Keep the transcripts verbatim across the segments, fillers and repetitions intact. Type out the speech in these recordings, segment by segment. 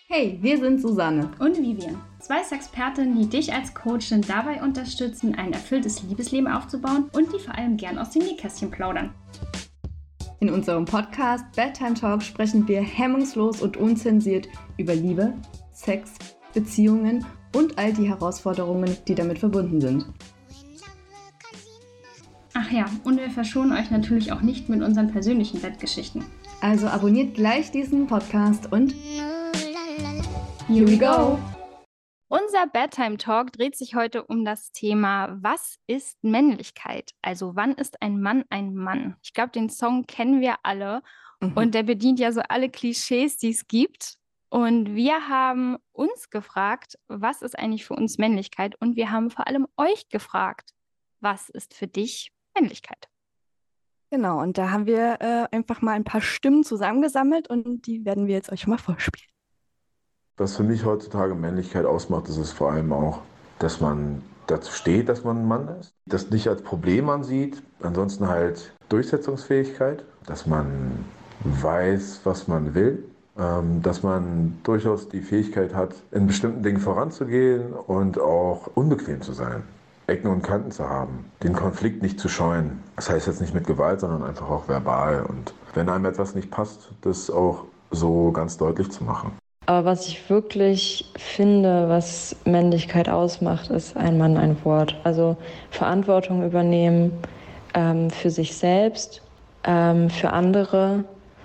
Hey, wir sind Susanne und Vivian, zwei Sexpertinnen, die dich als Coachin dabei unterstützen, ein erfülltes Liebesleben aufzubauen und die vor allem gern aus dem Nähkästchen plaudern. In unserem Podcast Bedtime Talk sprechen wir hemmungslos und unzensiert über Liebe, Sex, Beziehungen und all die Herausforderungen, die damit verbunden sind. Ach ja, und wir verschonen euch natürlich auch nicht mit unseren persönlichen Bettgeschichten. Also abonniert gleich diesen Podcast und here we go! Unser Bedtime Talk dreht sich heute um das Thema, was ist Männlichkeit? Also wann ist ein Mann ein Mann? Ich glaube, den Song kennen wir alle mhm. und der bedient ja so alle Klischees, die es gibt. Und wir haben uns gefragt, was ist eigentlich für uns Männlichkeit? Und wir haben vor allem euch gefragt, was ist für dich Männlichkeit? Genau, und da haben wir äh, einfach mal ein paar Stimmen zusammengesammelt und die werden wir jetzt euch mal vorspielen. Was für mich heutzutage Männlichkeit ausmacht, ist es vor allem auch, dass man dazu steht, dass man ein Mann ist, das nicht als Problem ansieht, ansonsten halt Durchsetzungsfähigkeit, dass man weiß, was man will, ähm, dass man durchaus die Fähigkeit hat, in bestimmten Dingen voranzugehen und auch unbequem zu sein, Ecken und Kanten zu haben, den Konflikt nicht zu scheuen. Das heißt jetzt nicht mit Gewalt, sondern einfach auch verbal und wenn einem etwas nicht passt, das auch so ganz deutlich zu machen. Aber was ich wirklich finde, was Männlichkeit ausmacht, ist ein Mann, ein Wort. Also Verantwortung übernehmen ähm, für sich selbst, ähm, für andere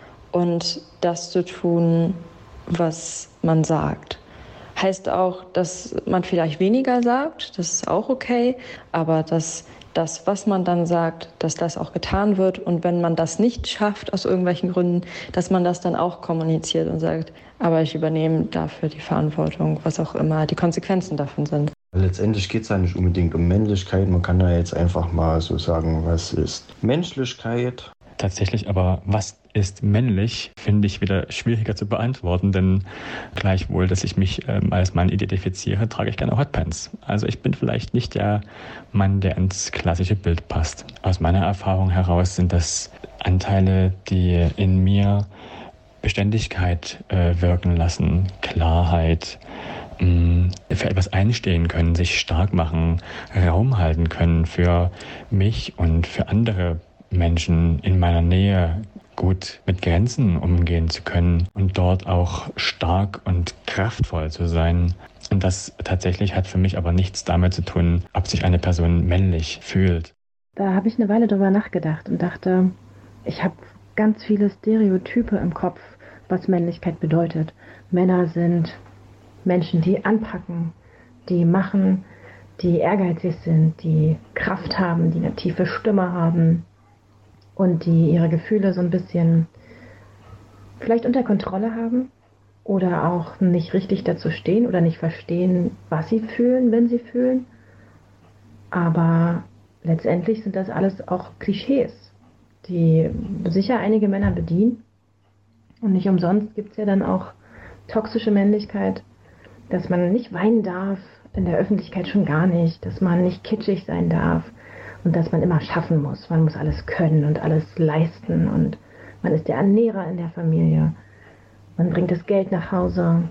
und das zu tun, was man sagt. Heißt auch, dass man vielleicht weniger sagt, das ist auch okay, aber dass das, was man dann sagt, dass das auch getan wird und wenn man das nicht schafft aus irgendwelchen Gründen, dass man das dann auch kommuniziert und sagt, aber ich übernehme dafür die Verantwortung, was auch immer die Konsequenzen davon sind. Letztendlich geht es ja nicht unbedingt um Männlichkeit, man kann ja jetzt einfach mal so sagen, was ist Menschlichkeit? Tatsächlich aber, was ist männlich, finde ich wieder schwieriger zu beantworten, denn gleichwohl, dass ich mich ähm, als Mann identifiziere, trage ich gerne Hotpants. Also ich bin vielleicht nicht der Mann, der ins klassische Bild passt. Aus meiner Erfahrung heraus sind das Anteile, die in mir Beständigkeit äh, wirken lassen, Klarheit, mh, für etwas einstehen können, sich stark machen, Raum halten können für mich und für andere Menschen in meiner Nähe, gut mit Grenzen umgehen zu können und dort auch stark und kraftvoll zu sein. Und das tatsächlich hat für mich aber nichts damit zu tun, ob sich eine Person männlich fühlt. Da habe ich eine Weile drüber nachgedacht und dachte, ich habe ganz viele Stereotype im Kopf, was Männlichkeit bedeutet. Männer sind Menschen, die anpacken, die machen, die ehrgeizig sind, die Kraft haben, die eine tiefe Stimme haben und die ihre Gefühle so ein bisschen vielleicht unter Kontrolle haben oder auch nicht richtig dazu stehen oder nicht verstehen, was sie fühlen, wenn sie fühlen. Aber letztendlich sind das alles auch Klischees, die sicher einige Männer bedienen. Und nicht umsonst gibt es ja dann auch toxische Männlichkeit, dass man nicht weinen darf, in der Öffentlichkeit schon gar nicht, dass man nicht kitschig sein darf und dass man immer schaffen muss. Man muss alles können und alles leisten und man ist der Ernährer in der Familie. Man bringt das Geld nach Hause,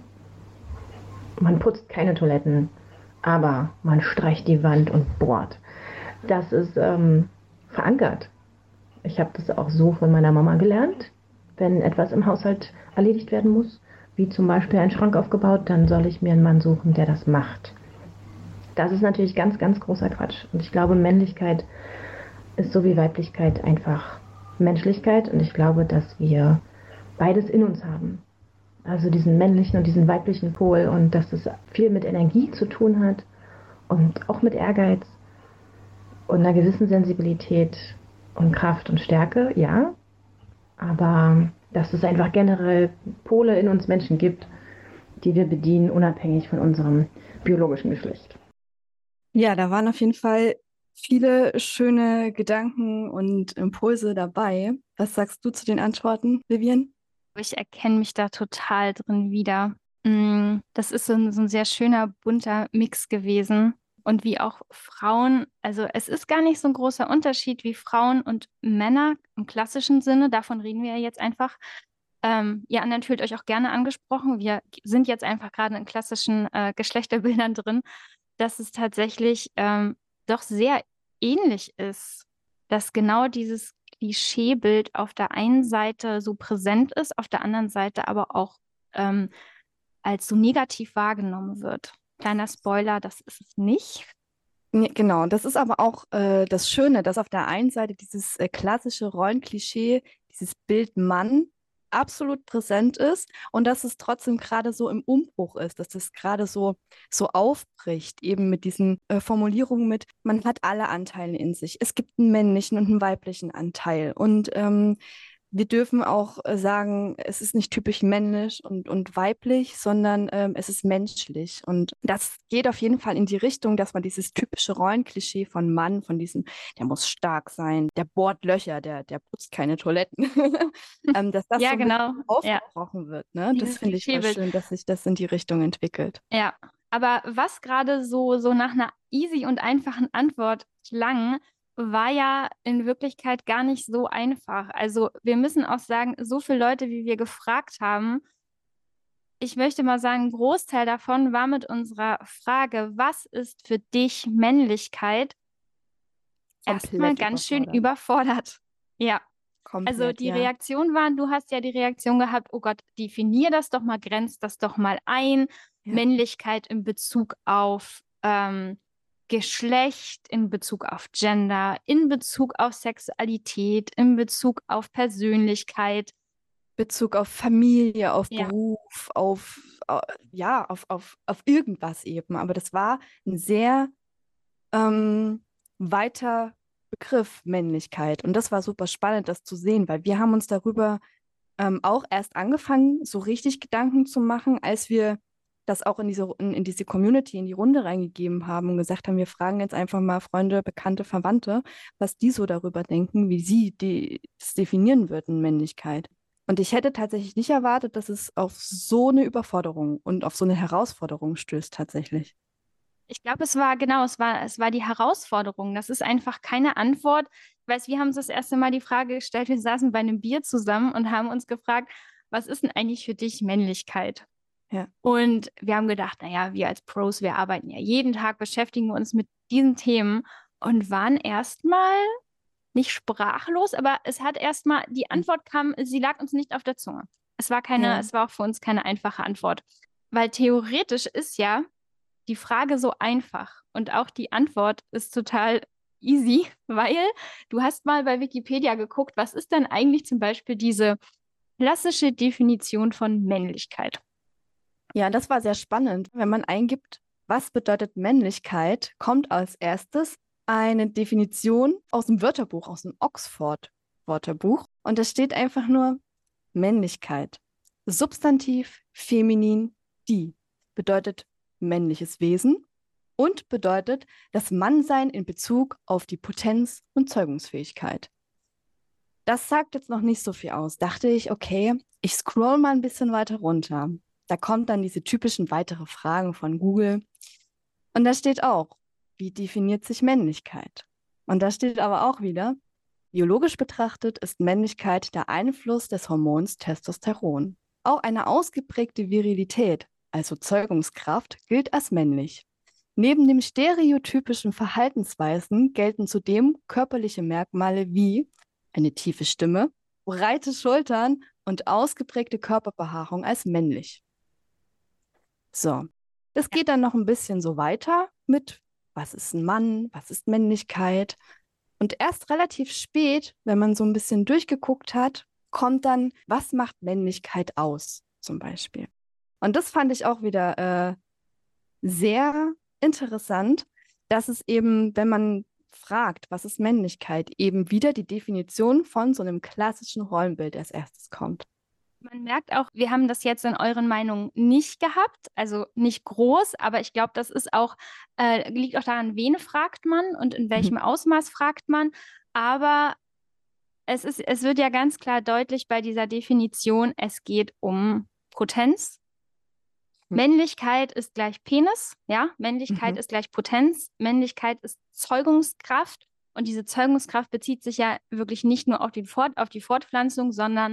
man putzt keine Toiletten, aber man streicht die Wand und bohrt. Das ist ähm, verankert. Ich habe das auch so von meiner Mama gelernt. Wenn etwas im Haushalt erledigt werden muss, wie zum Beispiel ein Schrank aufgebaut, dann soll ich mir einen Mann suchen, der das macht. Das ist natürlich ganz, ganz großer Quatsch. Und ich glaube, Männlichkeit ist so wie Weiblichkeit einfach Menschlichkeit. Und ich glaube, dass wir beides in uns haben. Also diesen männlichen und diesen weiblichen Pol. Und dass es viel mit Energie zu tun hat und auch mit Ehrgeiz und einer gewissen Sensibilität und Kraft und Stärke, ja. Aber dass es einfach generell Pole in uns Menschen gibt, die wir bedienen, unabhängig von unserem biologischen Geschlecht. Ja, da waren auf jeden Fall viele schöne Gedanken und Impulse dabei. Was sagst du zu den Antworten, Vivian? Ich erkenne mich da total drin wieder. Das ist so ein, so ein sehr schöner, bunter Mix gewesen. Und wie auch Frauen, also es ist gar nicht so ein großer Unterschied wie Frauen und Männer im klassischen Sinne, davon reden wir ja jetzt einfach, Ähm, ihr anderen fühlt euch auch gerne angesprochen. Wir sind jetzt einfach gerade in klassischen äh, Geschlechterbildern drin, dass es tatsächlich ähm, doch sehr ähnlich ist, dass genau dieses Klischeebild auf der einen Seite so präsent ist, auf der anderen Seite aber auch ähm, als so negativ wahrgenommen wird. Kleiner Spoiler, das ist es nicht. Nee, genau, das ist aber auch äh, das Schöne, dass auf der einen Seite dieses äh, klassische Rollenklischee, dieses Bild Mann absolut präsent ist und dass es trotzdem gerade so im Umbruch ist, dass es gerade so, so aufbricht, eben mit diesen äh, Formulierungen mit, man hat alle Anteile in sich. Es gibt einen männlichen und einen weiblichen Anteil und ähm, wir dürfen auch äh, sagen, es ist nicht typisch männlich und, und weiblich, sondern ähm, es ist menschlich. Und das geht auf jeden Fall in die Richtung, dass man dieses typische Rollenklischee von Mann, von diesem, der muss stark sein, der bohrt Löcher, der, der putzt keine Toiletten, ähm, dass das Ja, so ein genau. bisschen Ja. aufgebrochen wird. Ne? Das Dieses finde ich voll Klischeebild. schön, dass sich das in die Richtung entwickelt. Ja, aber was gerade so, so nach einer easy und einfachen Antwort klang, war ja in Wirklichkeit gar nicht so einfach. Also wir müssen auch sagen, so viele Leute, wie wir gefragt haben, ich möchte mal sagen, ein Großteil davon war mit unserer Frage, was ist für dich Männlichkeit, erstmal Komplett ganz schön überfordert. überfordert. Ja. Komplett, Also die ja. Reaktion waren, du hast ja die Reaktion gehabt, oh Gott, definier das doch mal, grenz das doch mal ein. Ja. Männlichkeit in Bezug auf ähm, Geschlecht, in Bezug auf Gender, in Bezug auf Sexualität, in Bezug auf Persönlichkeit. Bezug auf Familie, auf Ja. Beruf, auf, au- ja, auf, auf, auf irgendwas eben. Aber das war ein sehr ähm, weiter Begriff Männlichkeit. Und das war super spannend, das zu sehen, weil wir haben uns darüber ähm, auch erst angefangen, so richtig Gedanken zu machen, als wir das auch in diese, in, in diese Community, in die Runde reingegeben haben und gesagt haben, wir fragen jetzt einfach mal Freunde, Bekannte, Verwandte, was die so darüber denken, wie sie die, das definieren würden, Männlichkeit. Und ich hätte tatsächlich nicht erwartet, dass es auf so eine Überforderung und auf so eine Herausforderung stößt tatsächlich. Ich glaube, es war genau, es war, es war die Herausforderung. Das ist einfach keine Antwort. Ich weiß, wir haben uns das erste Mal die Frage gestellt, wir saßen bei einem Bier zusammen und haben uns gefragt, was ist denn eigentlich für dich Männlichkeit? Ja. Und wir haben gedacht, naja, wir als Pros, wir arbeiten ja jeden Tag, beschäftigen uns mit diesen Themen und waren erstmal nicht sprachlos, aber es hat erstmal, die Antwort kam, sie lag uns nicht auf der Zunge. Es war keine, Ja. es war auch für uns keine einfache Antwort. Weil theoretisch ist ja die Frage so einfach und auch die Antwort ist total easy, weil du hast mal bei Wikipedia geguckt, was ist denn eigentlich zum Beispiel diese klassische Definition von Männlichkeit? Ja, das war sehr spannend. Wenn man eingibt, was bedeutet Männlichkeit, kommt als erstes eine Definition aus dem Wörterbuch, aus dem Oxford-Wörterbuch. Und da steht einfach nur Männlichkeit. Substantiv, feminin, die bedeutet männliches Wesen und bedeutet das Mannsein in Bezug auf die Potenz und Zeugungsfähigkeit. Das sagt jetzt noch nicht so viel aus. Dachte ich, okay, ich scroll mal ein bisschen weiter runter. Da kommt dann diese typischen weitere Fragen von Google. Und da steht auch, wie definiert sich Männlichkeit? Und da steht aber auch wieder, biologisch betrachtet ist Männlichkeit der Einfluss des Hormons Testosteron. Auch eine ausgeprägte Virilität, also Zeugungskraft, gilt als männlich. Neben den stereotypischen Verhaltensweisen gelten zudem körperliche Merkmale wie eine tiefe Stimme, breite Schultern und ausgeprägte Körperbehaarung als männlich. So, das geht dann noch ein bisschen so weiter mit, was ist ein Mann, was ist Männlichkeit? Und erst relativ spät, wenn man so ein bisschen durchgeguckt hat, kommt dann, was macht Männlichkeit aus, zum Beispiel. Und das fand ich auch wieder äh, sehr interessant, dass es eben, wenn man fragt, was ist Männlichkeit, eben wieder die Definition von so einem klassischen Rollenbild als erstes kommt. Man merkt auch, wir haben das jetzt in euren Meinungen nicht gehabt, also nicht groß, aber ich glaube, das ist auch, äh, liegt auch daran, wen fragt man und in welchem Ausmaß fragt man. Aber es ist, es wird ja ganz klar deutlich bei dieser Definition, es geht um Potenz. Mhm. Männlichkeit ist gleich Penis, ja, Männlichkeit Mhm. ist gleich Potenz, Männlichkeit ist Zeugungskraft und diese Zeugungskraft bezieht sich ja wirklich nicht nur auf die, Fort, auf die Fortpflanzung, sondern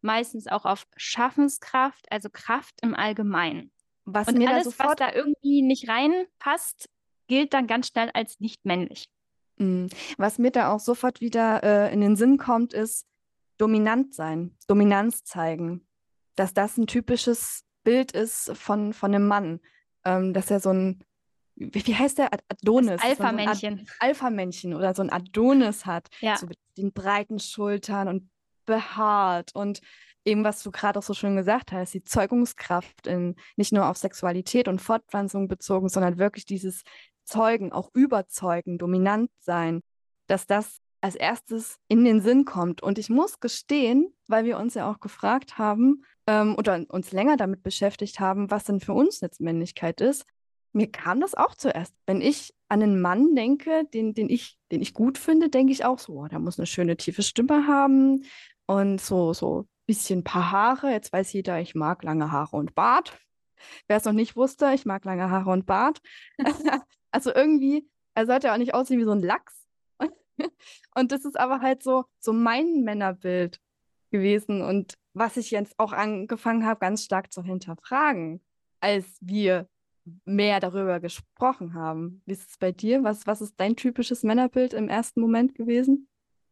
meistens auch auf Schaffenskraft, also Kraft im Allgemeinen. Was Und mir da alles, was sofort, da irgendwie nicht reinpasst, gilt dann ganz schnell als nicht männlich. Mm, was mir da auch sofort wieder äh, in den Sinn kommt, ist dominant sein, Dominanz zeigen. Dass das ein typisches Bild ist von, von einem Mann. Ähm, dass er so ein, wie, wie heißt der? Ad- Adonis. Das dass man so ein Ad- Alpha-Männchen. Alpha-Männchen oder so ein Adonis hat. Ja. So mit den breiten Schultern und behaart und eben, was du gerade auch so schön gesagt hast, die Zeugungskraft in nicht nur auf Sexualität und Fortpflanzung bezogen, sondern wirklich dieses Zeugen, auch überzeugen, dominant sein, dass das als erstes in den Sinn kommt. Und ich muss gestehen, weil wir uns ja auch gefragt haben ähm, oder uns länger damit beschäftigt haben, was denn für uns jetzt Männlichkeit ist, mir kam das auch zuerst. Wenn ich an einen Mann denke, den, den ich, den ich gut finde, denke ich auch so, oh, der muss eine schöne tiefe Stimme haben und so, so ein bisschen paar Haare. Jetzt weiß jeder, ich mag lange Haare und Bart. Wer es noch nicht wusste, ich mag lange Haare und Bart. Also irgendwie, er sollte ja auch nicht aussehen wie so ein Lachs. Und das ist aber halt so, so mein Männerbild gewesen und was ich jetzt auch angefangen habe, ganz stark zu hinterfragen, als wir mehr darüber gesprochen haben. Wie ist es bei dir? Was, was ist dein typisches Männerbild im ersten Moment gewesen?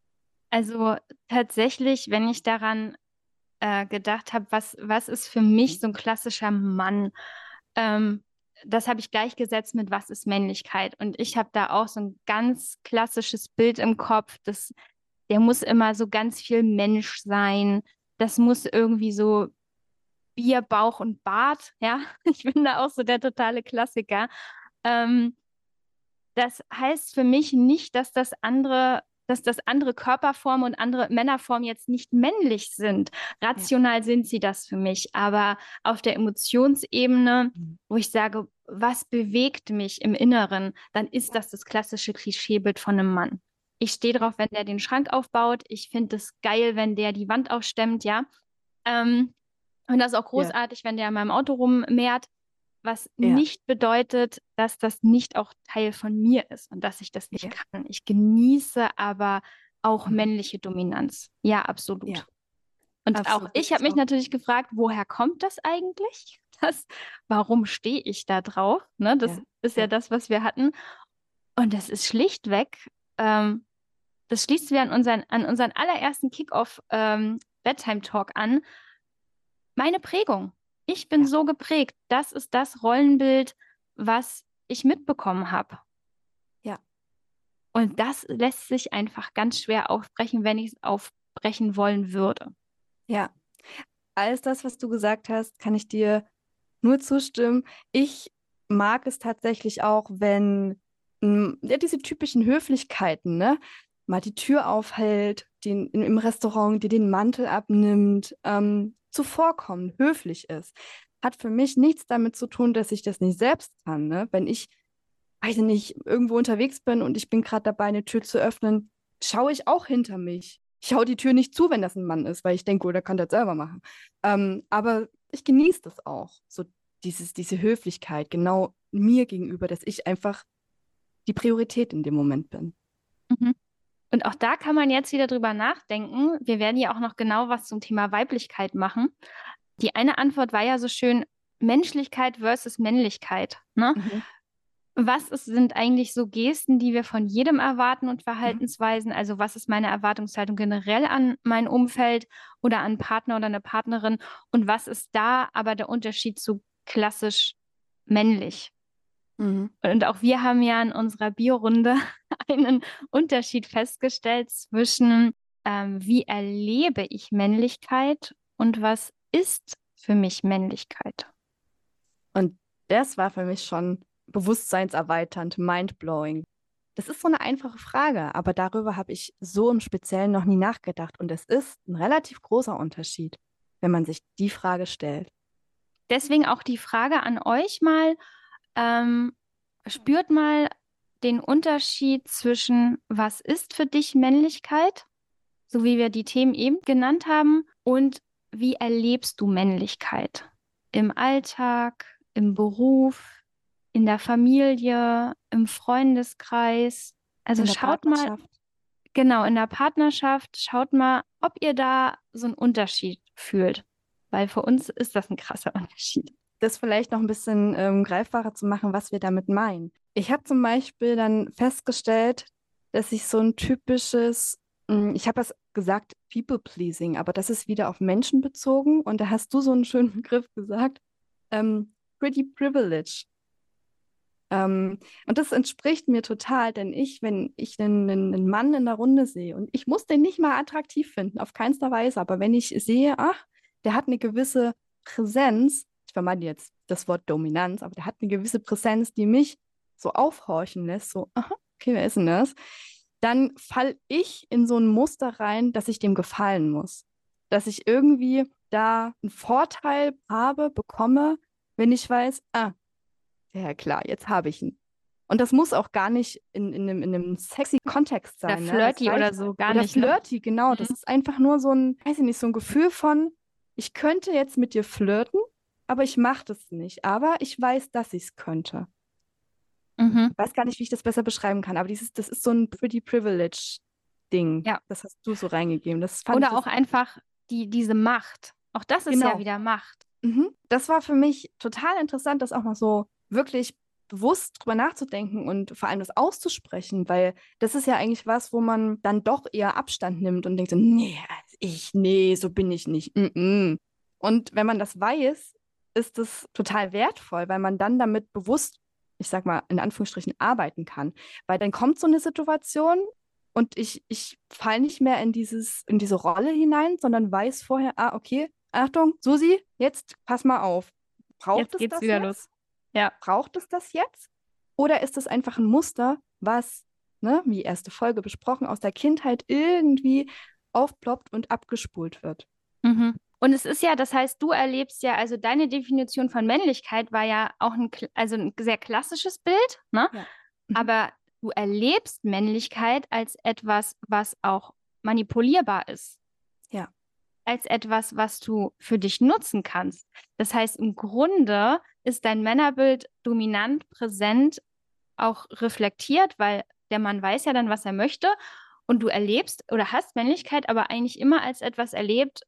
Also tatsächlich, wenn ich daran äh, gedacht habe, was, was ist für mich so ein klassischer Mann, ähm, das habe ich gleichgesetzt mit was ist Männlichkeit. Und ich habe da auch so ein ganz klassisches Bild im Kopf, das, der muss immer so ganz viel Mensch sein. Das muss irgendwie so Bier, Bauch und Bart, ja. Ich bin da auch so der totale Klassiker. Ähm, das heißt für mich nicht, dass das andere, dass das andere Körperformen und andere Männerformen jetzt nicht männlich sind. Rational sind sie das für mich, aber auf der Emotionsebene, Mhm. wo ich sage, was bewegt mich im Inneren, dann ist das das klassische Klischeebild von einem Mann. Ich stehe drauf, wenn der den Schrank aufbaut. Ich finde es geil, wenn der die Wand aufstemmt, ja. Ähm, und das ist auch Ja, großartig, wenn der in meinem Auto rummehrt, was ja, nicht bedeutet, dass das nicht auch Teil von mir ist und dass ich das nicht ja, kann. Ich genieße aber auch mhm. männliche Dominanz. Ja, Ja, absolut. Und auch absolut. ich habe mich auch. natürlich gefragt, woher kommt das eigentlich? Das, warum stehe ich da drauf? Ne, das Ja, ist ja ja, das, was wir hatten. Und das ist schlichtweg, ähm, das schließt wir an unseren, an unseren allerersten Kick-Off ähm, Bedtime-Talk an. Meine Prägung. Ich bin ja, so geprägt. Das ist das Rollenbild, was ich mitbekommen habe. ja, Und das lässt sich einfach ganz schwer aufbrechen, wenn ich es aufbrechen wollen würde. ja. Alles das, was du gesagt hast, kann ich dir nur zustimmen. Ich mag es tatsächlich auch, wenn mm, ja, diese typischen Höflichkeiten, ne? Mal die Tür aufhält, den, im im Restaurant, dir den Mantel abnimmt, ähm, zuvorkommen, höflich ist. Hat für mich nichts damit zu tun, dass ich das nicht selbst kann, ne? Wenn ich, weiß ich nicht, irgendwo unterwegs bin und ich bin gerade dabei, eine Tür zu öffnen, schaue ich auch hinter mich. Ich hau die Tür nicht zu, wenn das ein Mann ist, weil ich denke, oh, der kann das selber machen. Ähm, aber ich genieße das auch, so dieses, diese Höflichkeit genau mir gegenüber, dass ich einfach die Priorität in dem Moment bin. Mhm. Und auch da kann man jetzt wieder drüber nachdenken. Wir werden ja auch noch genau was zum Thema Weiblichkeit machen. Die eine Antwort war ja so schön, Menschlichkeit versus Männlichkeit. Ne? Mhm. Was ist, sind eigentlich so Gesten, die wir von jedem erwarten und Mhm. Verhaltensweisen? Also was ist meine Erwartungshaltung generell an mein Umfeld oder an einen Partner oder eine Partnerin? Und was ist da aber der Unterschied zu klassisch männlich? Mhm. Und auch wir haben ja in unserer Biorunde einen Unterschied festgestellt zwischen, ähm, wie erlebe ich Männlichkeit und was ist für mich Männlichkeit? Und das war für mich schon bewusstseinserweiternd, mindblowing. Das ist so eine einfache Frage, aber darüber habe ich so im Speziellen noch nie nachgedacht. Und es ist ein relativ großer Unterschied, wenn man sich die Frage stellt. Deswegen auch die Frage an euch mal, ähm, spürt mal den Unterschied zwischen, was ist für dich Männlichkeit, so wie wir die Themen eben genannt haben, und wie erlebst du Männlichkeit im Alltag, im Beruf, in der Familie, im Freundeskreis. Also In der schaut mal, Partnerschaft. Genau, in der Partnerschaft schaut mal, ob ihr da so einen Unterschied fühlt. Weil für uns ist das ein krasser Unterschied. Das vielleicht noch ein bisschen ähm, greifbarer zu machen, was wir damit meinen. Ich habe zum Beispiel dann festgestellt, dass ich so ein typisches, mh, ich habe es gesagt, People-Pleasing, aber das ist wieder auf Menschen bezogen und da hast du so einen schönen Begriff gesagt, ähm, Pretty Privilege. Ähm, und das entspricht mir total, denn ich, wenn ich einen, einen einen Mann in der Runde sehe und ich muss den nicht mal attraktiv finden, auf keinster Weise, aber wenn ich sehe, ach, der hat eine gewisse Präsenz, ich vermeide jetzt das Wort Dominanz, aber der hat eine gewisse Präsenz, die mich so aufhorchen lässt, so, aha, okay, wer ist denn das? Dann falle ich in so ein Muster rein, dass ich dem gefallen muss. Dass ich irgendwie da einen Vorteil habe, bekomme, wenn ich weiß, ah, ja, klar, jetzt habe ich ihn. Und das muss auch gar nicht in, in einem, in einem sexy Kontext Oder sein. Ne? flirty Das oder reicht- so, gar oder nicht. Ne? flirty, genau. Das Mhm. ist einfach nur so ein, weiß ich nicht, so ein Gefühl von, ich könnte jetzt mit dir flirten, aber ich mache das nicht. Aber ich weiß, dass ich es könnte. Mhm. Ich weiß gar nicht, wie ich das besser beschreiben kann, aber dieses, das ist so ein Pretty Privilege-Ding. Ja. Das hast du so reingegeben. Das fand Oder ich das auch einfach die, diese Macht. Auch das ist ja Genau. wieder Macht. Mhm. Das war für mich total interessant, das auch mal so wirklich bewusst drüber nachzudenken und vor allem das auszusprechen, weil das ist ja eigentlich was, wo man dann doch eher Abstand nimmt und denkt so, nee, also ich, nee, so bin ich nicht. Mm-mm. Und wenn man das weiß, ist es total wertvoll, weil man dann damit bewusst, ich sag mal, in Anführungsstrichen arbeiten kann. Weil dann kommt so eine Situation und ich, ich falle nicht mehr in dieses, in diese Rolle hinein, sondern weiß vorher, ah, okay, Achtung, Susi, jetzt pass mal auf. Braucht Jetzt es geht's das wieder jetzt? los. Ja. Braucht es das jetzt? Oder ist es einfach ein Muster, was, ne, wie erste Folge besprochen, aus der Kindheit irgendwie aufploppt und abgespult wird? Mhm. Und es ist ja, das heißt, du erlebst ja, also deine Definition von Männlichkeit war ja auch ein, kl- also ein sehr klassisches Bild, ne? Ja. Mhm. Aber du erlebst Männlichkeit als etwas, was auch manipulierbar ist. Ja. Als etwas, was du für dich nutzen kannst. Das heißt, im Grunde ist dein Männerbild dominant, präsent, auch reflektiert, weil der Mann weiß ja dann, was er möchte. Und du erlebst oder hast Männlichkeit aber eigentlich immer als etwas erlebt,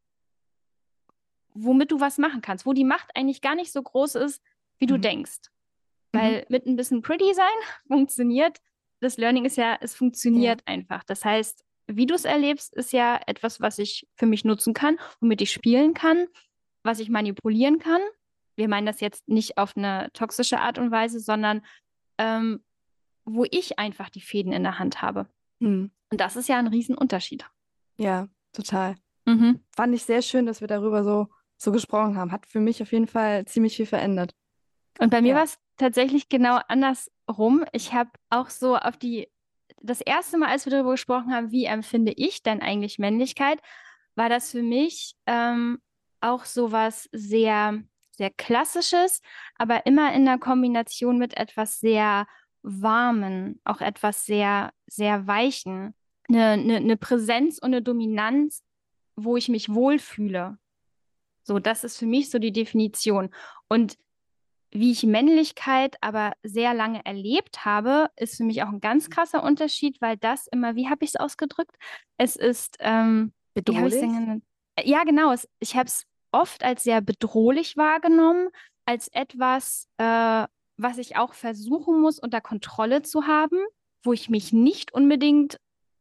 womit du was machen kannst, wo die Macht eigentlich gar nicht so groß ist, wie du Mhm. denkst. Weil mit ein bisschen pretty sein funktioniert. Das Learning ist ja, es funktioniert einfach. Das heißt, wie du es erlebst, ist ja etwas, was ich für mich nutzen kann, womit ich spielen kann, was ich manipulieren kann. Wir meinen das jetzt nicht auf eine toxische Art und Weise, sondern ähm, wo ich einfach die Fäden in der Hand habe. Mhm. Und das ist ja ein Riesenunterschied. Ja, total. Mhm. Fand ich sehr schön, dass wir darüber so, so gesprochen haben. Hat für mich auf jeden Fall ziemlich viel verändert. Und bei mir Ja. war es tatsächlich genau andersrum. Ich habe auch so auf die, das erste Mal, als wir darüber gesprochen haben, wie empfinde ich denn eigentlich Männlichkeit, war das für mich ähm, auch so was sehr, sehr Klassisches, aber immer in der Kombination mit etwas sehr Warmen, auch etwas sehr, sehr Weichen. Eine, eine, eine Präsenz und eine Dominanz, wo ich mich wohlfühle. So, das ist für mich so die Definition. Und wie ich Männlichkeit aber sehr lange erlebt habe, ist für mich auch ein ganz krasser Unterschied, weil das immer, wie habe ich es ausgedrückt? Es ist, ähm, wie habe ich es denn Bedrohlich? genannt? Ja, genau. Es, ich habe es oft als sehr bedrohlich wahrgenommen, als etwas, äh, was ich auch versuchen muss, unter Kontrolle zu haben, wo ich mich nicht unbedingt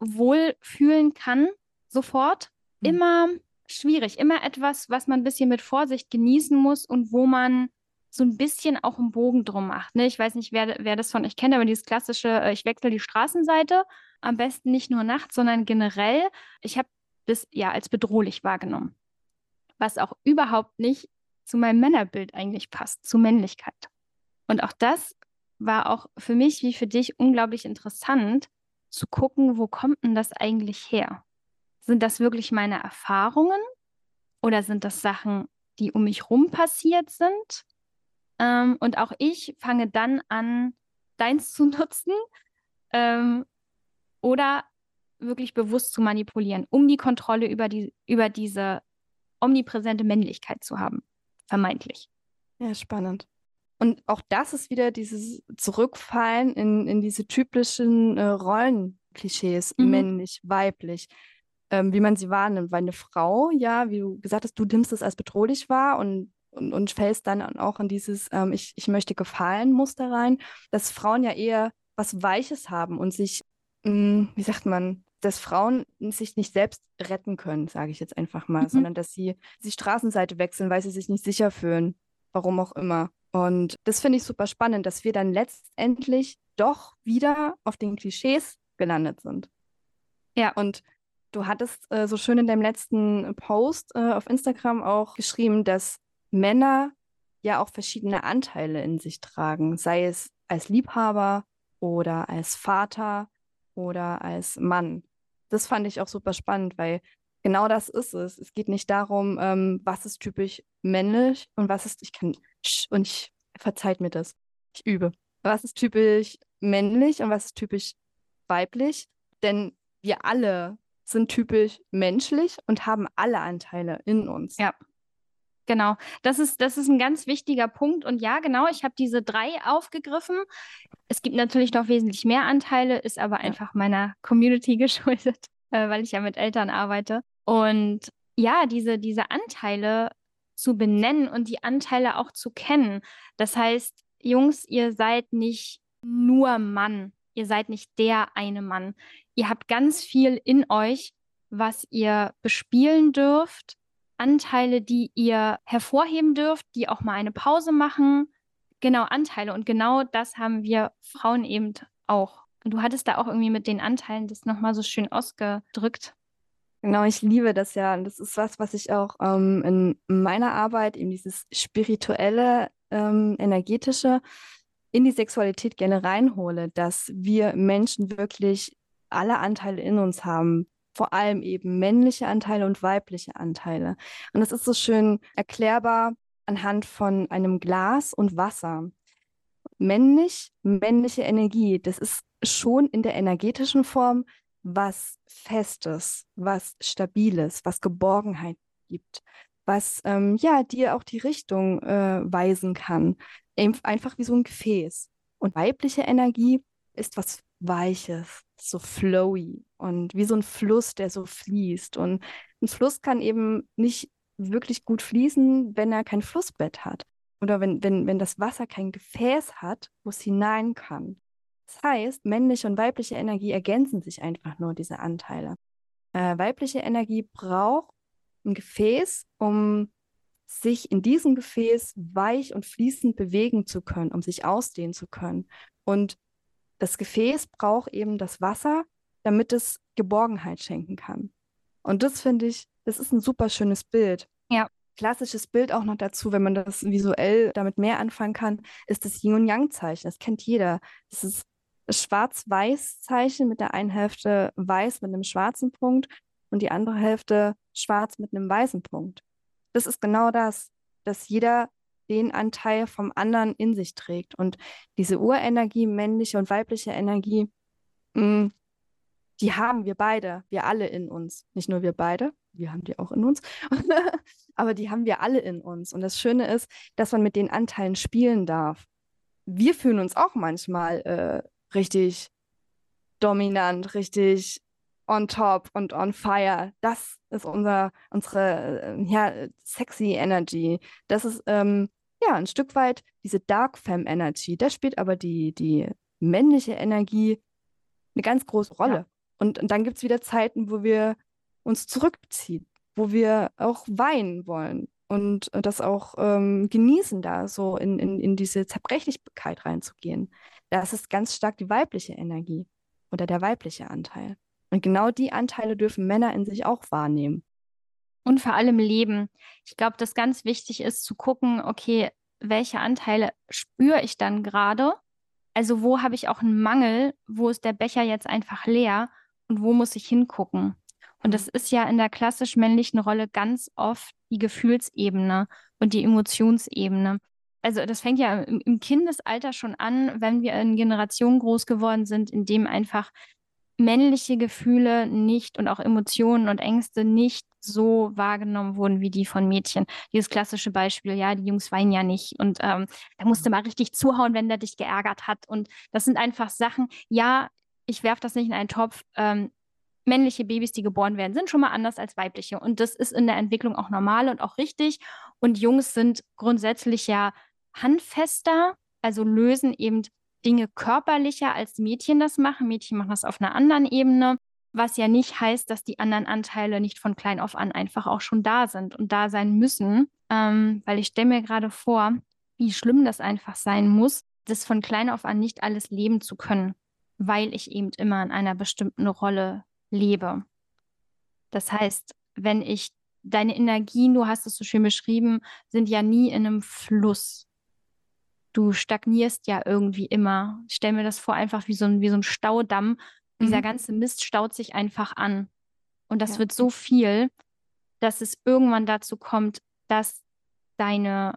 wohlfühlen kann, sofort. Hm. Immer schwierig, immer etwas, was man ein bisschen mit Vorsicht genießen muss und wo man so ein bisschen auch einen Bogen drum macht. Ne? Ich weiß nicht, wer, wer das von euch kennt, aber dieses klassische, äh, ich wechsle die Straßenseite, am besten nicht nur nachts, sondern generell. Ich habe das ja als bedrohlich wahrgenommen, was auch überhaupt nicht zu meinem Männerbild eigentlich passt, zu Männlichkeit. Und auch das war auch für mich wie für dich unglaublich interessant, zu gucken, wo kommt denn das eigentlich her? Sind das wirklich meine Erfahrungen oder sind das Sachen, die um mich rum passiert sind? Ähm, und auch ich fange dann an, deins zu nutzen ähm, oder wirklich bewusst zu manipulieren, um die Kontrolle über die, über diese omnipräsente Männlichkeit zu haben. Vermeintlich. Ja, spannend. Und auch das ist wieder dieses Zurückfallen in, in diese typischen äh, Rollen, Klischees, Mhm. männlich, weiblich, ähm, wie man sie wahrnimmt. Weil eine Frau, ja, wie du gesagt hast, du nimmst es als bedrohlich wahr und, und, und fällst dann auch in dieses ähm, ich, ich möchte gefallen Muster rein, dass Frauen ja eher was Weiches haben und sich, mh, wie sagt man, dass Frauen sich nicht selbst retten können, sage ich jetzt einfach mal, Mhm. sondern dass sie die Straßenseite wechseln, weil sie sich nicht sicher fühlen, warum auch immer. Und das finde ich super spannend, dass wir dann letztendlich doch wieder auf den Klischees gelandet sind. Ja. Und du hattest äh, so schön in deinem letzten Post äh, auf Instagram auch geschrieben, dass Männer ja auch verschiedene Anteile in sich tragen, sei es als Liebhaber oder als Vater oder als Mann. Das fand ich auch super spannend, weil genau das ist es. Es geht nicht darum, ähm, was ist typisch männlich und was ist, ich kann, sch- und ich, verzeiht mir das, ich übe. Was ist typisch männlich und was ist typisch weiblich? Denn wir alle sind typisch menschlich und haben alle Anteile in uns. Ja, genau. Das ist, das ist ein ganz wichtiger Punkt. Und ja, genau, ich habe diese drei aufgegriffen. Es gibt natürlich noch wesentlich mehr Anteile, ist aber Ja. einfach meiner Community geschuldet, äh, weil ich ja mit Eltern arbeite. Und ja, diese, diese Anteile zu benennen und die Anteile auch zu kennen. Das heißt, Jungs, ihr seid nicht nur Mann. Ihr seid nicht der eine Mann. Ihr habt ganz viel in euch, was ihr bespielen dürft. Anteile, die ihr hervorheben dürft, die auch mal eine Pause machen. Genau, Anteile. Und genau das haben wir Frauen eben auch. Und du hattest da auch irgendwie mit den Anteilen das nochmal so schön ausgedrückt. Genau, ich liebe das ja. Und das ist was, was ich auch ähm, in meiner Arbeit, eben dieses spirituelle, ähm, energetische, in die Sexualität gerne reinhole, dass wir Menschen wirklich alle Anteile in uns haben. Vor allem eben männliche Anteile und weibliche Anteile. Und das ist so schön erklärbar anhand von einem Glas und Wasser. Männlich, männliche Energie, das ist schon in der energetischen Form was Festes, was Stabiles, was Geborgenheit gibt, was ähm, ja dir auch die Richtung äh, weisen kann. Ein- Einfach wie so ein Gefäß. Und weibliche Energie ist was Weiches, so flowy und wie so ein Fluss, der so fließt. Und ein Fluss kann eben nicht wirklich gut fließen, wenn er kein Flussbett hat oder wenn, wenn, wenn das Wasser kein Gefäß hat, wo es hinein kann. Das heißt, männliche und weibliche Energie ergänzen sich einfach nur, diese Anteile. Äh, weibliche Energie braucht ein Gefäß, um sich in diesem Gefäß weich und fließend bewegen zu können, um sich ausdehnen zu können. Und das Gefäß braucht eben das Wasser, damit es Geborgenheit schenken kann. Und das finde ich, das ist ein super schönes Bild. Ja. Klassisches Bild auch noch dazu, wenn man das visuell damit mehr anfangen kann, ist das Yin- und Yang-Zeichen. Das kennt jeder. Das ist das Schwarz-Weiß-Zeichen mit der einen Hälfte weiß mit einem schwarzen Punkt und die andere Hälfte schwarz mit einem weißen Punkt. Das ist genau das, dass jeder den Anteil vom anderen in sich trägt. Und diese Urenergie, männliche und weibliche Energie, mh, die haben wir beide, wir alle in uns. Nicht nur wir beide, wir haben die auch in uns, aber die haben wir alle in uns. Und das Schöne ist, dass man mit den Anteilen spielen darf. Wir fühlen uns auch manchmal äh, richtig dominant, richtig on top und on fire. Das ist unser, unsere äh, ja, sexy Energy. Das ist ähm, ja ein Stück weit diese Dark Femme Energy. Da spielt aber die, die männliche Energie eine ganz große Rolle. Ja. Und, und dann gibt es wieder Zeiten, wo wir uns zurückziehen, wo wir auch weinen wollen und das auch ähm, genießen, da so in, in, in diese Zerbrechlichkeit reinzugehen. Das ist ganz stark die weibliche Energie oder der weibliche Anteil. Und genau die Anteile dürfen Männer in sich auch wahrnehmen. Und vor allem leben. Ich glaube, dass ganz wichtig ist zu gucken, okay, welche Anteile spüre ich dann gerade? Also wo habe ich auch einen Mangel? Wo ist der Becher jetzt einfach leer? Und wo muss ich hingucken? Und das ist ja in der klassisch männlichen Rolle ganz oft die Gefühlsebene und die Emotionsebene. Also das fängt ja im, im Kindesalter schon an, wenn wir in Generationen groß geworden sind, in dem einfach männliche Gefühle nicht und auch Emotionen und Ängste nicht so wahrgenommen wurden wie die von Mädchen. Dieses klassische Beispiel, ja, die Jungs weinen ja nicht und ähm, da musst du mal richtig zuhauen, wenn der dich geärgert hat. Und das sind einfach Sachen, ja, ich werfe das nicht in einen Topf, ähm, männliche Babys, die geboren werden, sind schon mal anders als weibliche. Und das ist in der Entwicklung auch normal und auch richtig. Und Jungs sind grundsätzlich ja handfester, also lösen eben Dinge körperlicher, als Mädchen das machen. Mädchen machen das auf einer anderen Ebene, was ja nicht heißt, dass die anderen Anteile nicht von klein auf an einfach auch schon da sind und da sein müssen. Ähm, weil ich stelle mir gerade vor, wie schlimm das einfach sein muss, das von klein auf an nicht alles leben zu können, weil ich eben immer in einer bestimmten Rolle lebe. Das heißt, wenn ich deine Energien, du hast es so schön beschrieben, sind ja nie in einem Fluss. Du stagnierst ja irgendwie immer. Ich stelle mir das vor, einfach wie so ein, wie so ein Staudamm. Dieser Mhm. ganze Mist staut sich einfach an. Und das Ja. wird so viel, dass es irgendwann dazu kommt, dass deine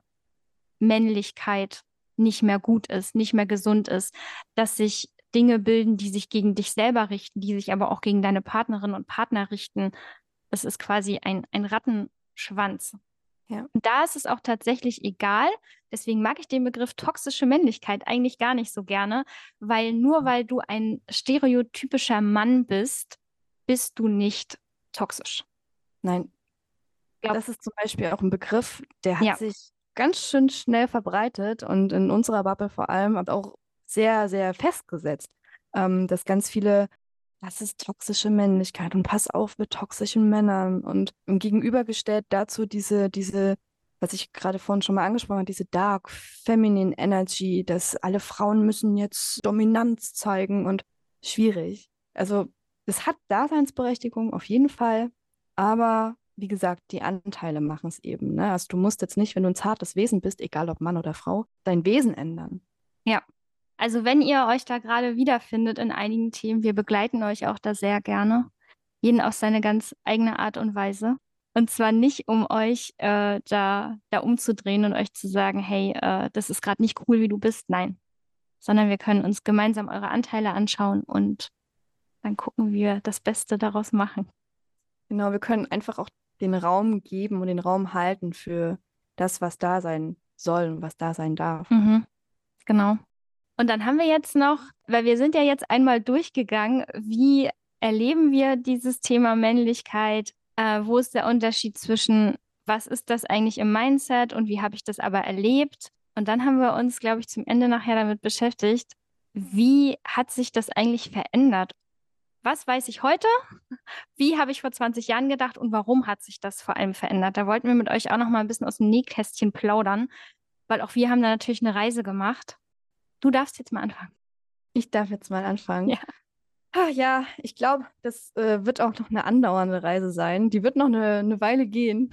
Männlichkeit nicht mehr gut ist, nicht mehr gesund ist, dass sich Dinge bilden, die sich gegen dich selber richten, die sich aber auch gegen deine Partnerinnen und Partner richten. Das ist quasi ein, ein Rattenschwanz. Ja. Und da ist es auch tatsächlich egal. Deswegen mag ich den Begriff toxische Männlichkeit eigentlich gar nicht so gerne, weil nur weil du ein stereotypischer Mann bist, bist du nicht toxisch. Nein, Glaub- das ist zum Beispiel auch ein Begriff, der hat Ja. sich ganz schön schnell verbreitet und in unserer Bubble vor allem aber auch sehr, sehr festgesetzt, ähm, dass ganz viele, das ist toxische Männlichkeit und pass auf mit toxischen Männern und im gegenübergestellt dazu diese, diese, was ich gerade vorhin schon mal angesprochen habe, diese Dark Feminine Energy, dass alle Frauen müssen jetzt Dominanz zeigen und schwierig. Also es hat Daseinsberechtigung auf jeden Fall, aber wie gesagt, die Anteile machen es eben. Ne? Also du musst jetzt nicht, wenn du ein zartes Wesen bist, egal ob Mann oder Frau, dein Wesen ändern. Ja, also wenn ihr euch da gerade wiederfindet in einigen Themen, wir begleiten euch auch da sehr gerne. Jeden auf seine ganz eigene Art und Weise. Und zwar nicht, um euch äh, da, da umzudrehen und euch zu sagen, hey, äh, das ist gerade nicht cool, wie du bist. Nein, sondern wir können uns gemeinsam eure Anteile anschauen und dann gucken, wie wir das Beste daraus machen. Genau, wir können einfach auch den Raum geben und den Raum halten für das, was da sein soll und was da sein darf. Mhm, genau. Und dann haben wir jetzt noch, weil wir sind ja jetzt einmal durchgegangen, wie erleben wir dieses Thema Männlichkeit? Äh, wo ist der Unterschied zwischen, was ist das eigentlich im Mindset und wie habe ich das aber erlebt? Und dann haben wir uns, glaube ich, zum Ende nachher damit beschäftigt, wie hat sich das eigentlich verändert? Was weiß ich heute? Wie habe ich vor zwanzig Jahren gedacht und warum hat sich das vor allem verändert? Da wollten wir mit euch auch noch mal ein bisschen aus dem Nähkästchen plaudern, weil auch wir haben da natürlich eine Reise gemacht. Du darfst jetzt mal anfangen. Ich darf jetzt mal anfangen. Ja. Ah, ja, ich glaube, das äh, wird auch noch eine andauernde Reise sein. Die wird noch eine, eine Weile gehen.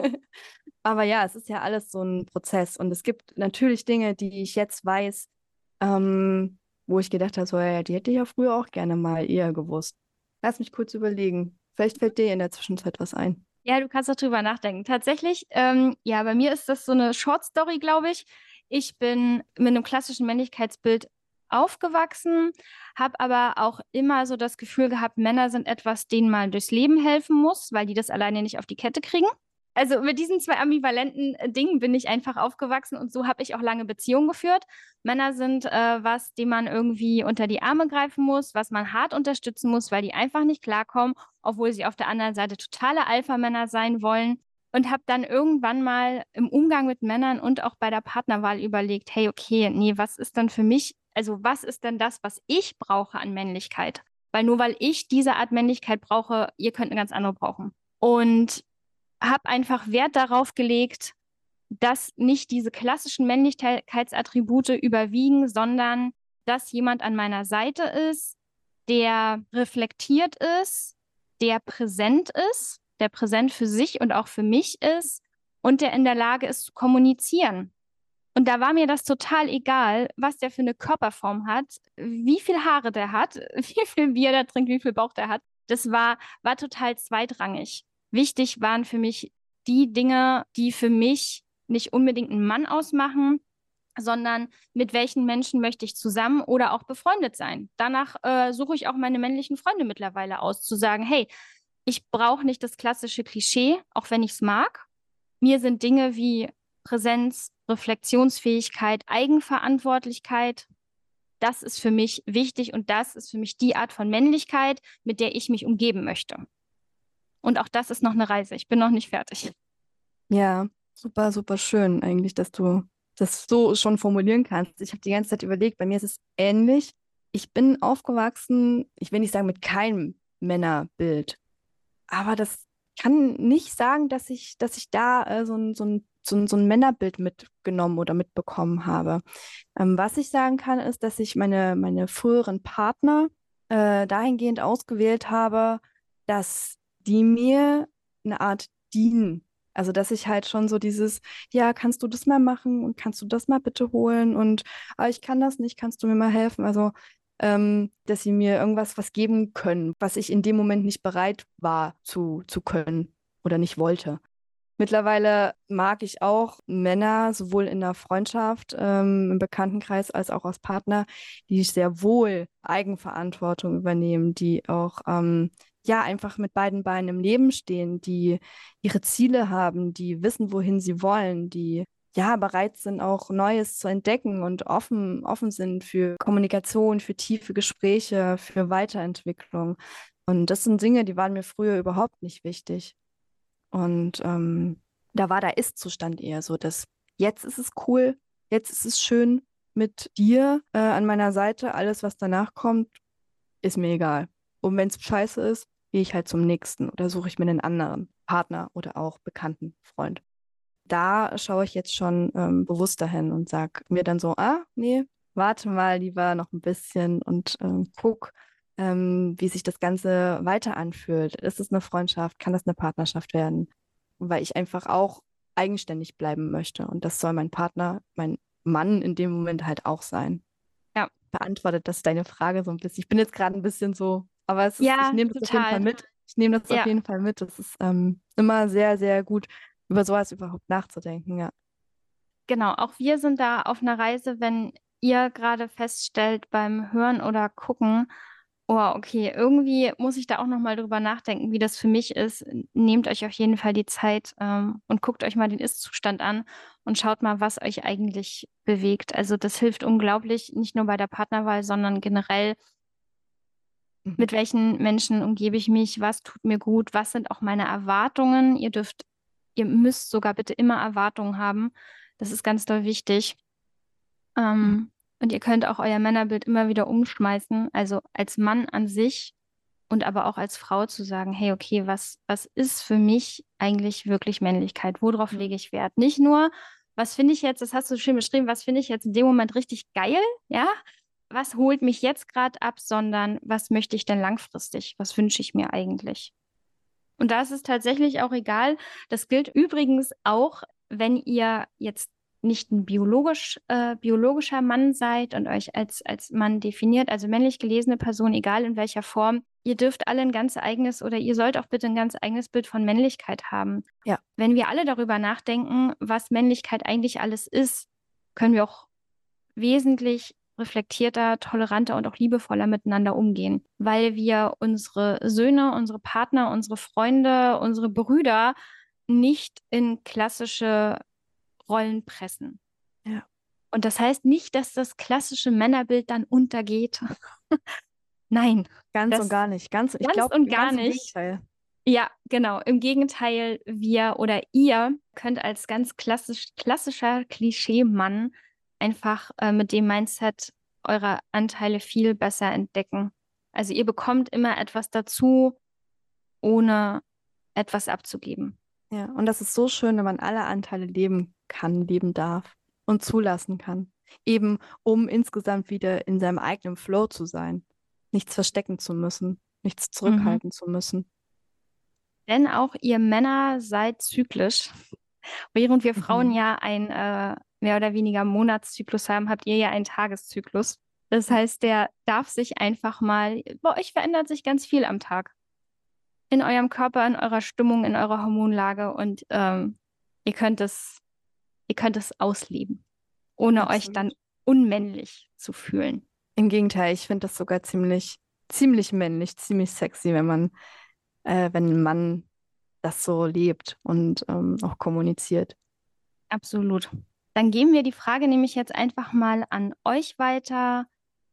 Aber ja, es ist ja alles so ein Prozess. Und es gibt natürlich Dinge, die ich jetzt weiß, ähm, wo ich gedacht habe, so, ja, die hätte ich ja früher auch gerne mal eher gewusst. Lass mich kurz überlegen. Vielleicht fällt dir in der Zwischenzeit was ein. Ja, du kannst auch drüber nachdenken. Tatsächlich, ähm, ja, bei mir ist das so eine Short Story, glaube ich. Ich bin mit einem klassischen Männlichkeitsbild aufgewachsen, habe aber auch immer so das Gefühl gehabt, Männer sind etwas, denen man durchs Leben helfen muss, weil die das alleine nicht auf die Kette kriegen. Also mit diesen zwei ambivalenten äh, Dingen bin ich einfach aufgewachsen und so habe ich auch lange Beziehungen geführt. Männer sind äh, was, dem man irgendwie unter die Arme greifen muss, was man hart unterstützen muss, weil die einfach nicht klarkommen, obwohl sie auf der anderen Seite totale Alpha-Männer sein wollen. Und habe dann irgendwann mal im Umgang mit Männern und auch bei der Partnerwahl überlegt, hey, okay, nee, was ist denn für mich, also was ist denn das, was ich brauche an Männlichkeit? Weil nur weil ich diese Art Männlichkeit brauche, ihr könnt eine ganz andere brauchen. Und habe einfach Wert darauf gelegt, dass nicht diese klassischen Männlichkeitsattribute überwiegen, sondern dass jemand an meiner Seite ist, der reflektiert ist, der präsent ist, der präsent für sich und auch für mich ist und der in der Lage ist zu kommunizieren. Und da war mir das total egal, was der für eine Körperform hat, wie viel Haare der hat, wie viel Bier der trinkt, wie viel Bauch der hat. Das war, war total zweitrangig. Wichtig waren für mich die Dinge, die für mich nicht unbedingt einen Mann ausmachen, sondern mit welchen Menschen möchte ich zusammen oder auch befreundet sein. Danach äh, suche ich auch meine männlichen Freunde mittlerweile aus, zu sagen, hey, ich brauche nicht das klassische Klischee, auch wenn ich es mag. Mir sind Dinge wie Präsenz, Reflexionsfähigkeit, Eigenverantwortlichkeit, das ist für mich wichtig und das ist für mich die Art von Männlichkeit, mit der ich mich umgeben möchte. Und auch das ist noch eine Reise. Ich bin noch nicht fertig. Ja, super, super schön eigentlich, dass du das so schon formulieren kannst. Ich habe die ganze Zeit überlegt, bei mir ist es ähnlich. Ich bin aufgewachsen, ich will nicht sagen mit keinem Männerbild, aber das kann nicht sagen, dass ich, dass ich da äh, so ein, so ein, so ein, so ein Männerbild mitgenommen oder mitbekommen habe. Ähm, was ich sagen kann, ist, dass ich meine, meine früheren Partner äh, dahingehend ausgewählt habe, dass die mir eine Art dienen. Also, dass ich halt schon so dieses, ja, kannst du das mal machen und kannst du das mal bitte holen und ah, ich kann das nicht, kannst du mir mal helfen? Also, ähm, dass sie mir irgendwas was geben können, was ich in dem Moment nicht bereit war zu, zu können oder nicht wollte. Mittlerweile mag ich auch Männer, sowohl in der Freundschaft, ähm, im Bekanntenkreis als auch als Partner, die sehr wohl Eigenverantwortung übernehmen, die auch ähm, ja einfach mit beiden Beinen im Leben stehen, die ihre Ziele haben, die wissen, wohin sie wollen, die ja bereit sind, auch Neues zu entdecken und offen, offen sind für Kommunikation, für tiefe Gespräche, für Weiterentwicklung. Und das sind Dinge, die waren mir früher überhaupt nicht wichtig. Und ähm, da war der Ist-Zustand eher so, dass jetzt ist es cool, jetzt ist es schön mit dir äh, an meiner Seite. Alles, was danach kommt, ist mir egal. Und wenn es scheiße ist, gehe ich halt zum nächsten oder suche ich mir einen anderen Partner oder auch bekannten Freund. Da schaue ich jetzt schon ähm, bewusster hin und sage mir dann so, ah, nee, warte mal lieber noch ein bisschen und ähm, guck, ähm, wie sich das Ganze weiter anfühlt. Ist es eine Freundschaft? Kann das eine Partnerschaft werden? Weil ich einfach auch eigenständig bleiben möchte. Und das soll mein Partner, mein Mann in dem Moment halt auch sein. Ja. Beantwortet das deine Frage so ein bisschen? Ich bin jetzt gerade ein bisschen so, aber es ist, ich Ja, nehme das auf jeden Fall total. mit. Ich nehme das Ja. auf jeden Fall mit. Das ist ähm, immer sehr, sehr gut, über sowas überhaupt nachzudenken, ja. Genau, auch wir sind da auf einer Reise, wenn ihr gerade feststellt beim Hören oder Gucken, oh, okay, irgendwie muss ich da auch nochmal drüber nachdenken, wie das für mich ist. Nehmt euch auf jeden Fall die Zeit ähm, und guckt euch mal den Ist-Zustand an und schaut mal, was euch eigentlich bewegt. Also das hilft unglaublich, nicht nur bei der Partnerwahl, sondern generell, mit welchen Menschen umgebe ich mich, was tut mir gut, was sind auch meine Erwartungen. Ihr dürft, ihr müsst sogar bitte immer Erwartungen haben. Das ist ganz doll wichtig. Ähm, und ihr könnt auch euer Männerbild immer wieder umschmeißen, also als Mann an sich und aber auch als Frau zu sagen, hey, okay, was, was ist für mich eigentlich wirklich Männlichkeit? Worauf lege ich Wert? Nicht nur, was finde ich jetzt, das hast du schön beschrieben, was finde ich jetzt in dem Moment richtig geil, ja? Was holt mich jetzt gerade ab, sondern was möchte ich denn langfristig? Was wünsche ich mir eigentlich? Und da ist es tatsächlich auch egal. Das gilt übrigens auch, wenn ihr jetzt nicht ein biologisch, äh, biologischer Mann seid und euch als, als Mann definiert, also männlich gelesene Person, egal in welcher Form. Ihr dürft alle ein ganz eigenes oder ihr sollt auch bitte ein ganz eigenes Bild von Männlichkeit haben. Ja. Wenn wir alle darüber nachdenken, was Männlichkeit eigentlich alles ist, können wir auch wesentlich reflektierter, toleranter und auch liebevoller miteinander umgehen, weil wir unsere Söhne, unsere Partner, unsere Freunde, unsere Brüder nicht in klassische Rollen pressen. Ja. Und das heißt nicht, dass das klassische Männerbild dann untergeht. Nein. Ganz das, und gar nicht. Ganz, ich ganz glaube, und ganz gar im nicht. Gegenteil. Ja, genau. Im Gegenteil, wir oder ihr könnt als ganz klassisch, klassischer Klischee-Mann einfach äh, mit dem Mindset eure Anteile viel besser entdecken. Also ihr bekommt immer etwas dazu, ohne etwas abzugeben. Ja, und das ist so schön, wenn man alle Anteile leben kann, leben darf und zulassen kann. Eben, um insgesamt wieder in seinem eigenen Flow zu sein. Nichts verstecken zu müssen, nichts zurückhalten mhm. zu müssen. Denn auch ihr Männer seid zyklisch. Während wir Frauen Mhm. ja ein äh, mehr oder weniger Monatszyklus haben, habt ihr ja einen Tageszyklus. Das heißt, der darf sich einfach mal, bei euch verändert sich ganz viel am Tag. In eurem Körper, in eurer Stimmung, in eurer Hormonlage und ähm, ihr könnt es, ihr könnt es ausleben, ohne Absolut. euch dann unmännlich zu fühlen. Im Gegenteil, ich finde das sogar ziemlich, ziemlich männlich, ziemlich sexy, wenn man, äh, wenn ein Mann das so lebt und ähm, auch kommuniziert. Absolut. Dann geben wir die Frage nämlich jetzt einfach mal an euch weiter.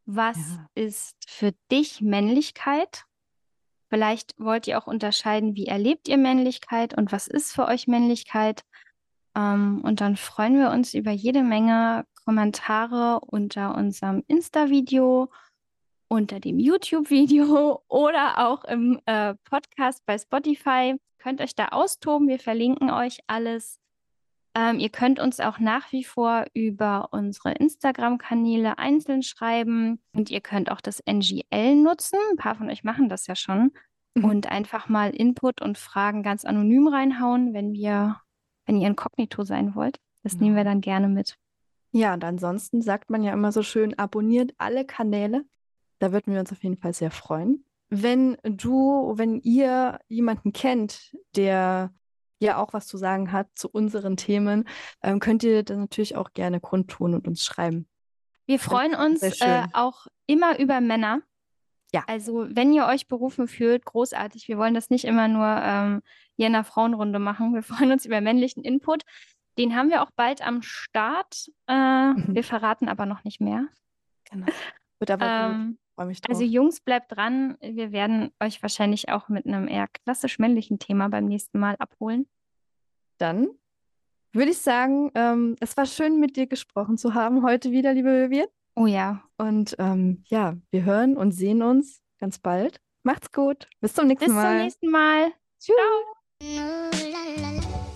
Was Ja. ist für dich Männlichkeit? Vielleicht wollt ihr auch unterscheiden, wie erlebt ihr Männlichkeit und was ist für euch Männlichkeit? Ähm, und dann freuen wir uns über jede Menge Kommentare unter unserem Insta-Video, unter dem YouTube-Video oder auch im äh, Podcast bei Spotify. Könnt euch da austoben. Wir verlinken euch alles. Ähm, ihr könnt uns auch nach wie vor über unsere Instagram-Kanäle einzeln schreiben und ihr könnt auch das N G L nutzen. Ein paar von euch machen das ja schon. Mhm. Und einfach mal Input und Fragen ganz anonym reinhauen, wenn wir, wenn ihr inkognito sein wollt. Das Genau. nehmen wir dann gerne mit. Ja, und ansonsten sagt man ja immer so schön, abonniert alle Kanäle. Da würden wir uns auf jeden Fall sehr freuen. Wenn du, wenn ihr jemanden kennt, der ja auch was zu sagen hat zu unseren Themen, ähm, könnt ihr das natürlich auch gerne kundtun und uns schreiben. Wir freuen uns sehr schön. äh, auch immer über Männer. Ja. Also wenn ihr euch berufen fühlt, großartig. Wir wollen das nicht immer nur ähm, hier in der Frauenrunde machen. Wir freuen uns über männlichen Input. Den haben wir auch bald am Start. Äh, Mhm. wir verraten aber noch nicht mehr. Genau. Wird aber gut. Ähm, Freue mich drauf. also Jungs, bleibt dran. Wir werden euch wahrscheinlich auch mit einem eher klassisch männlichen Thema beim nächsten Mal abholen. Dann würde ich sagen, ähm, es war schön, mit dir gesprochen zu haben heute wieder, liebe Vivian. Oh ja. Und ähm, ja, wir hören und sehen uns ganz bald. Macht's gut. Bis zum nächsten Bis Mal. zum nächsten Mal. Tschüss. Ciao.